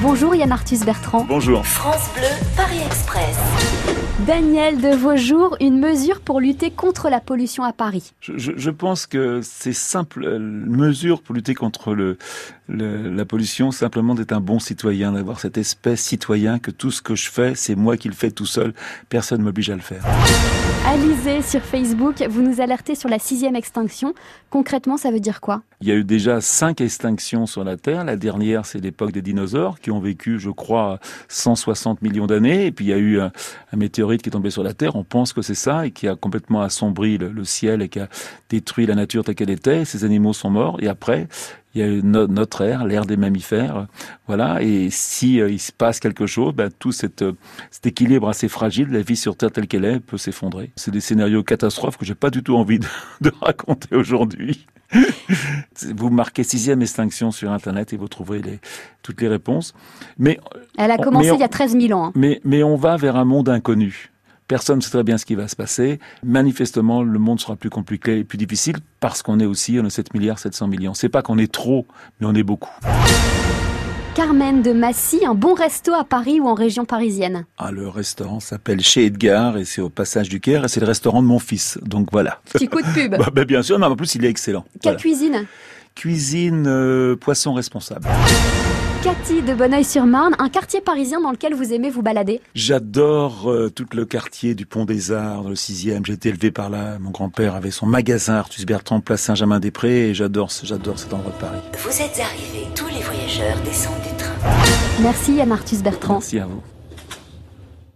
Bonjour Yann Arthus Bertrand. Bonjour. France Bleu, Paris Express. Daniel de Vaujour, une mesure pour lutter contre la pollution à Paris. Je pense que c'est simple, une mesure pour lutter contre la pollution, simplement d'être un bon citoyen, d'avoir cette espèce citoyen que tout ce que je fais, c'est moi qui le fais tout seul, personne ne m'oblige à le faire. Alizé sur Facebook, vous nous alertez sur la 6e extinction. Concrètement, ça veut dire quoi ? Il y a eu déjà 5 extinctions sur la Terre. La dernière, c'est l'époque des dinosaures qui ont vécu, je crois, 160 millions d'années. Et puis il y a eu un météorite qui est tombé sur la Terre. On pense que c'est ça et qui a complètement assombri le ciel et qui a détruit la nature telle qu'elle était. Ces animaux sont morts. Et après, il y a eu notre ère, l'ère des mammifères. Voilà. Et si il se passe quelque chose, tout cet équilibre assez fragile, la vie sur Terre telle qu'elle est, peut s'effondrer. C'est des scénarios catastrophes que j'ai pas du tout envie de raconter aujourd'hui. Vous marquez 6e extinction sur Internet et vous trouverez toutes les réponses. Mais elle a commencé il y a 13 000 ans. Mais on va vers un monde inconnu. Personne ne sait très bien ce qui va se passer. Manifestement, le monde sera plus compliqué et plus difficile parce qu'on est 7 milliards 700 millions. C'est pas qu'on est trop, mais on est beaucoup. Carmen de Massy, un bon resto à Paris ou en région parisienne? Le restaurant s'appelle Chez Edgar et c'est au passage du Caire et c'est le restaurant de mon fils. Donc voilà. Petit coup de pub. Bien sûr, mais en plus il est excellent. Quelle cuisine? Cuisine poisson responsable. Cathy de Bonneuil-sur-Marne, un quartier parisien dans lequel vous aimez vous balader? J'adore tout le quartier du Pont des Arts, dans le 6e. J'ai été élevé par là. Mon grand-père avait son magasin Arthus Bertrand, place Saint-Germain-des-Prés, et j'adore cet endroit de Paris. Vous êtes arrivés, tous les voyageurs descendent du train. Merci Yann Arthus Bertrand. Merci à vous.